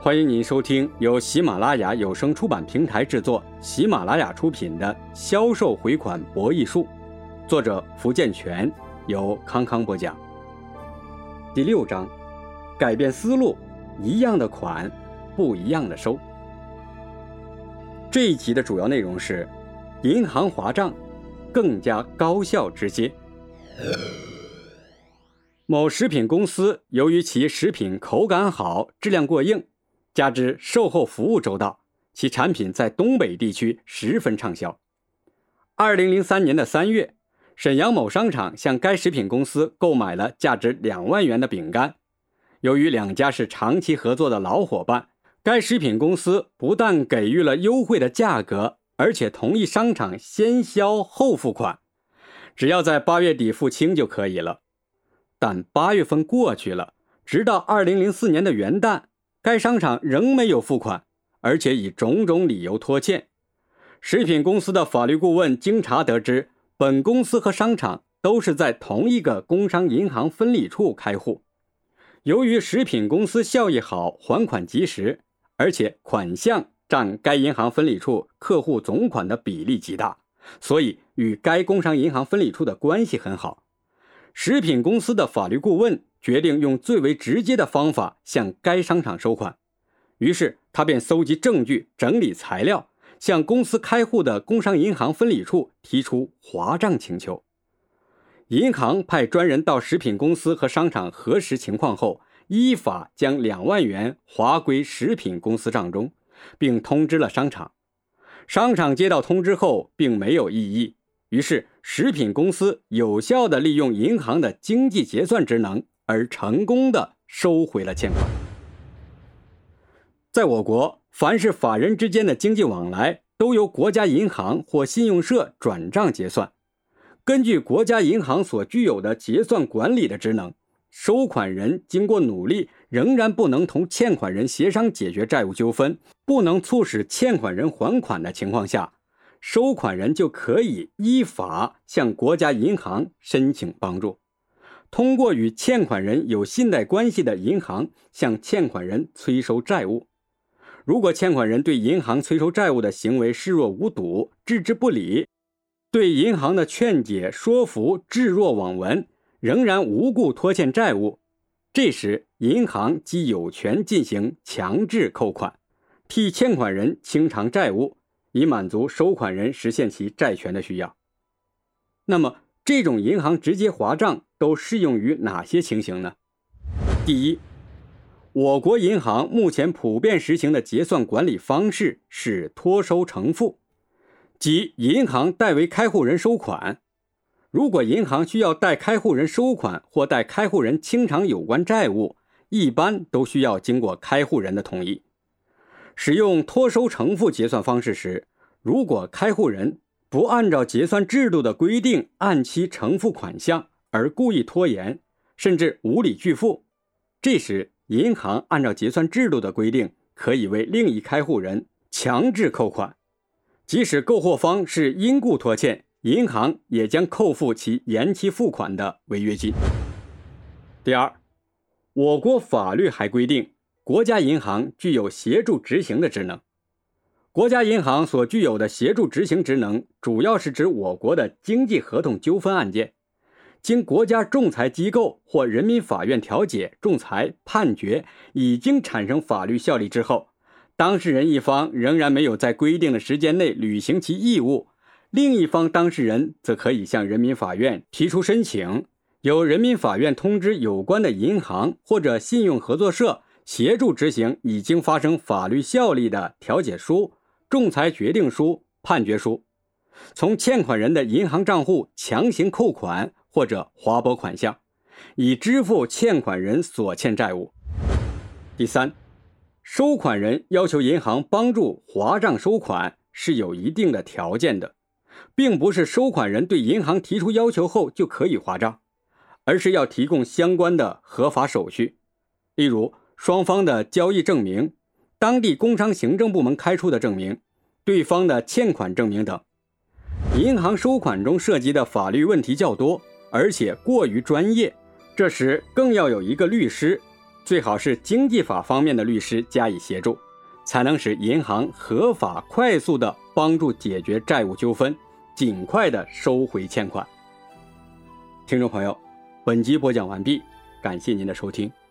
欢迎您收听由喜马拉雅有声出版平台制作、喜马拉雅出品的《销售回款博弈术》，作者福建泉，由康康播讲。第6章，改变思路，一样的款，不一样的收。这一集的主要内容是银行划账更加高效直接。某食品公司由于其食品口感好、质量过硬，加之售后服务周到，其产品在东北地区十分畅销。2003年的3月，沈阳某商场向该食品公司购买了价值2万元的饼干。由于两家是长期合作的老伙伴，该食品公司不但给予了优惠的价格，而且同意商场先销后付款，只要在8月底付清就可以了。但8月份过去了，直到2004年的元旦，该商场仍没有付款，而且以种种理由拖欠。食品公司的法律顾问经查得知，本公司和商场都是在同一个工商银行分理处开户。由于食品公司效益好，还款及时，而且款项占该银行分理处客户总款的比例极大，所以与该工商银行分理处的关系很好。食品公司的法律顾问决定用最为直接的方法向该商场收款，于是他便搜集证据，整理材料，向公司开户的工商银行分理处提出划账请求。银行派专人到食品公司和商场核实情况后，依法将2万元划归食品公司账中，并通知了商场。商场接到通知后并没有异议，于是食品公司有效地利用银行的经济结算职能，而成功地收回了欠款。在我国，凡是法人之间的经济往来都由国家银行或信用社转账结算。根据国家银行所具有的结算管理的职能，收款人经过努力仍然不能同欠款人协商解决债务纠纷，不能促使欠款人还款的情况下，收款人就可以依法向国家银行申请帮助，通过与欠款人有信贷关系的银行向欠款人催收债务。如果欠款人对银行催收债务的行为视若无睹，置之不理，对银行的劝解说服置若罔闻，仍然无故拖欠债务，这时银行即有权进行强制扣款，替欠款人清偿债务，以满足收款人实现其债权的需要。那么这种银行直接划账都适用于哪些情形呢？第一，我国银行目前普遍实行的结算管理方式是拖收承付，即银行代为开户人收款。如果银行需要代开户人收款或代开户人清偿有关债务，一般都需要经过开户人的同意。使用拖收承付结算方式时，如果开户人不按照结算制度的规定按期承付款项，而故意拖延，甚至无理拒付，这时银行按照结算制度的规定，可以为另一开户人强制扣款。即使购货方是因故拖欠，银行也将扣付其延期付款的违约金。第二，我国法律还规定，国家银行具有协助执行的职能。国家银行所具有的协助执行职能，主要是指我国的经济合同纠纷案件，经国家仲裁机构或人民法院调解、仲裁、判决已经产生法律效力之后，当事人一方仍然没有在规定的时间内履行其义务，另一方当事人则可以向人民法院提出申请，由人民法院通知有关的银行或者信用合作社协助执行已经发生法律效力的调解书、仲裁决定书、判决书，从欠款人的银行账户强行扣款或者划拨款项，以支付欠款人所欠债务。第三，收款人要求银行帮助划账收款是有一定的条件的，并不是收款人对银行提出要求后就可以划账，而是要提供相关的合法手续，例如双方的交易证明、当地工商行政部门开出的证明、对方的欠款证明等。银行收款中涉及的法律问题较多，而且过于专业，这时更要有一个律师， 最好是经济法方面的律师加以协助，才能使银行合法快速地帮助解决债务纠纷，尽快地收回欠款。听众朋友，本集播讲完毕，感谢您的收听。